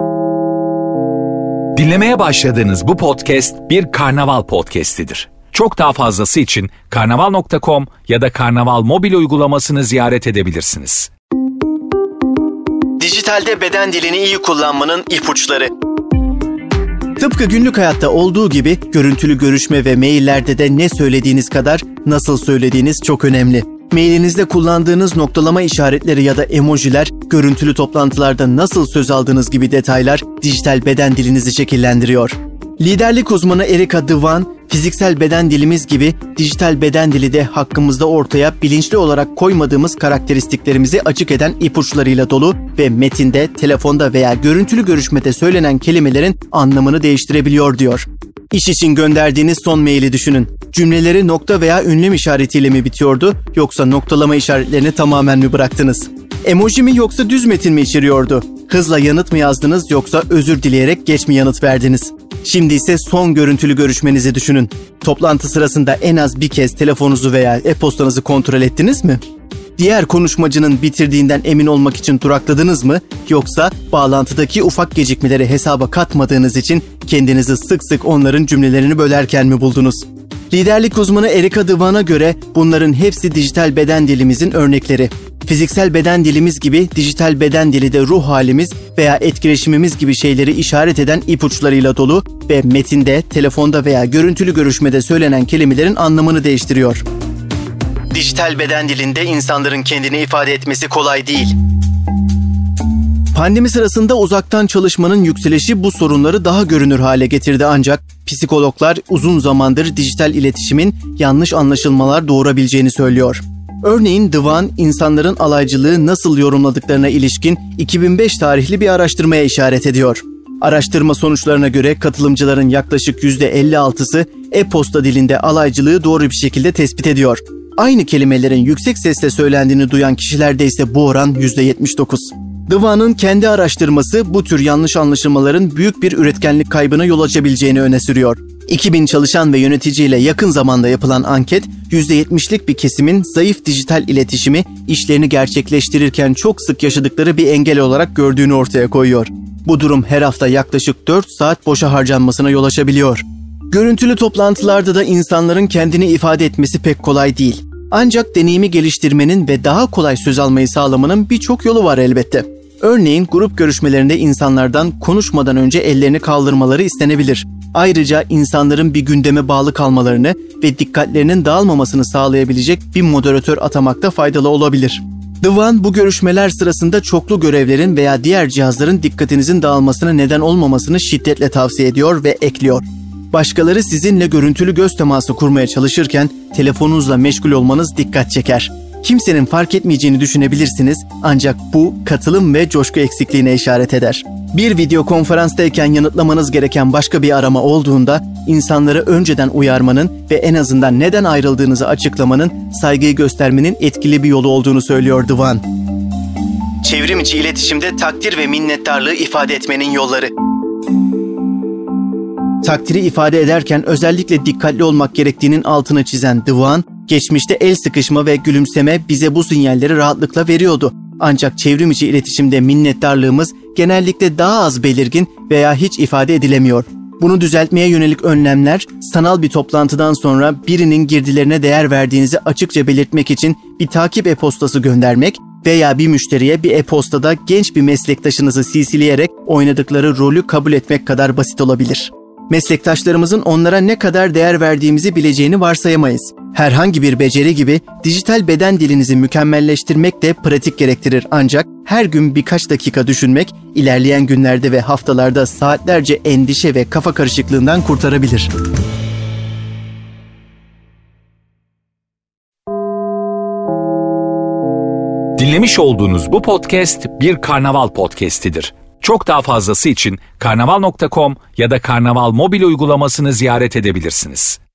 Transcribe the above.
Dinlemeye başladığınız bu podcast bir Karnaval podcastidir. Çok daha fazlası için karnaval.com ya da Karnaval mobil uygulamasını ziyaret edebilirsiniz. Dijitalde beden dilini iyi kullanmanın ipuçları. Tıpkı günlük hayatta olduğu gibi görüntülü görüşme ve maillerde de ne söylediğiniz kadar nasıl söylediğiniz çok önemli. Mailinizde kullandığınız noktalama işaretleri ya da emojiler, görüntülü toplantılarda nasıl söz aldığınız gibi detaylar dijital beden dilinizi şekillendiriyor. Liderlik uzmanı Erica Dwan, fiziksel beden dilimiz gibi dijital beden dili de hakkımızda ortaya bilinçli olarak koymadığımız karakteristiklerimizi açık eden ipuçlarıyla dolu ve metinde, telefonda veya görüntülü görüşmede söylenen kelimelerin anlamını değiştirebiliyor diyor. İş için gönderdiğiniz son maili düşünün. Cümleleri nokta veya ünlem işaretiyle mi bitiyordu yoksa noktalama işaretlerini tamamen mi bıraktınız? Emoji mi yoksa düz metin mi içeriyordu? Hızla yanıt mı yazdınız yoksa özür dileyerek geç mi yanıt verdiniz? Şimdi ise son görüntülü görüşmenizi düşünün. Toplantı sırasında en az bir kez telefonunuzu veya e-postanızı kontrol ettiniz mi? Diğer konuşmacının bitirdiğinden emin olmak için durakladınız mı? Yoksa bağlantıdaki ufak gecikmeleri hesaba katmadığınız için kendinizi sık sık onların cümlelerini bölerken mi buldunuz? Liderlik uzmanı Erica Dwan'a göre bunların hepsi dijital beden dilimizin örnekleri. Fiziksel beden dilimiz gibi dijital beden dili de ruh halimiz veya etkileşimimiz gibi şeyleri işaret eden ipuçlarıyla dolu ve metinde, telefonda veya görüntülü görüşmede söylenen kelimelerin anlamını değiştiriyor. Dijital beden dilinde insanların kendini ifade etmesi kolay değil. Pandemi sırasında uzaktan çalışmanın yükselişi bu sorunları daha görünür hale getirdi ancak psikologlar uzun zamandır dijital iletişimin yanlış anlaşılmalar doğurabileceğini söylüyor. Örneğin Dwan, insanların alaycılığı nasıl yorumladıklarına ilişkin 2005 tarihli bir araştırmaya işaret ediyor. Araştırma sonuçlarına göre katılımcıların yaklaşık %56'sı e-posta dilinde alaycılığı doğru bir şekilde tespit ediyor. Aynı kelimelerin yüksek sesle söylendiğini duyan kişilerde ise bu oran %79. Dwan'ın kendi araştırması bu tür yanlış anlaşılmaların büyük bir üretkenlik kaybına yol açabileceğini öne sürüyor. 2000 çalışan ve yöneticiyle yakın zamanda yapılan anket, %70'lik bir kesimin zayıf dijital iletişimi işlerini gerçekleştirirken çok sık yaşadıkları bir engel olarak gördüğünü ortaya koyuyor. Bu durum her hafta yaklaşık 4 saat boşa harcanmasına yol açabiliyor. Görüntülü toplantılarda da insanların kendini ifade etmesi pek kolay değil. Ancak deneyimi geliştirmenin ve daha kolay söz almayı sağlamanın birçok yolu var elbette. Örneğin grup görüşmelerinde insanlardan konuşmadan önce ellerini kaldırmaları istenebilir. Ayrıca insanların bir gündeme bağlı kalmalarını ve dikkatlerinin dağılmamasını sağlayabilecek bir moderatör atamakta faydalı olabilir. Dwan bu görüşmeler sırasında çoklu görevlerin veya diğer cihazların dikkatinizin dağılmasına neden olmamasını şiddetle tavsiye ediyor ve ekliyor. Başkaları sizinle görüntülü göz teması kurmaya çalışırken telefonunuzla meşgul olmanız dikkat çeker. Kimsenin fark etmeyeceğini düşünebilirsiniz ancak bu katılım ve coşku eksikliğine işaret eder. Bir video konferanstayken yanıtlamanız gereken başka bir arama olduğunda insanları önceden uyarmanın ve en azından neden ayrıldığınızı açıklamanın saygıyı göstermenin etkili bir yolu olduğunu söylüyor Dwan. Çevrim içi iletişimde takdir ve minnettarlığı ifade etmenin yolları. Takdiri ifade ederken özellikle dikkatli olmak gerektiğinin altını çizen Dwan, geçmişte el sıkışma ve gülümseme bize bu sinyalleri rahatlıkla veriyordu. Ancak çevrim içi iletişimde minnettarlığımız genellikle daha az belirgin veya hiç ifade edilemiyor. Bunu düzeltmeye yönelik önlemler, sanal bir toplantıdan sonra birinin girdilerine değer verdiğinizi açıkça belirtmek için bir takip e-postası göndermek veya bir müşteriye bir e-postada genç bir meslektaşınızı CC'leyerek oynadıkları rolü kabul etmek kadar basit olabilir. Meslektaşlarımızın onlara ne kadar değer verdiğimizi bileceğini varsayamayız. Herhangi bir beceri gibi dijital beden dilinizi mükemmelleştirmek de pratik gerektirir ancak her gün birkaç dakika düşünmek ilerleyen günlerde ve haftalarda saatlerce endişe ve kafa karışıklığından kurtarabilir. Dinlemiş olduğunuz bu podcast bir Karnaval podcastidir. Çok daha fazlası için karnaval.com ya da Karnaval mobil uygulamasını ziyaret edebilirsiniz.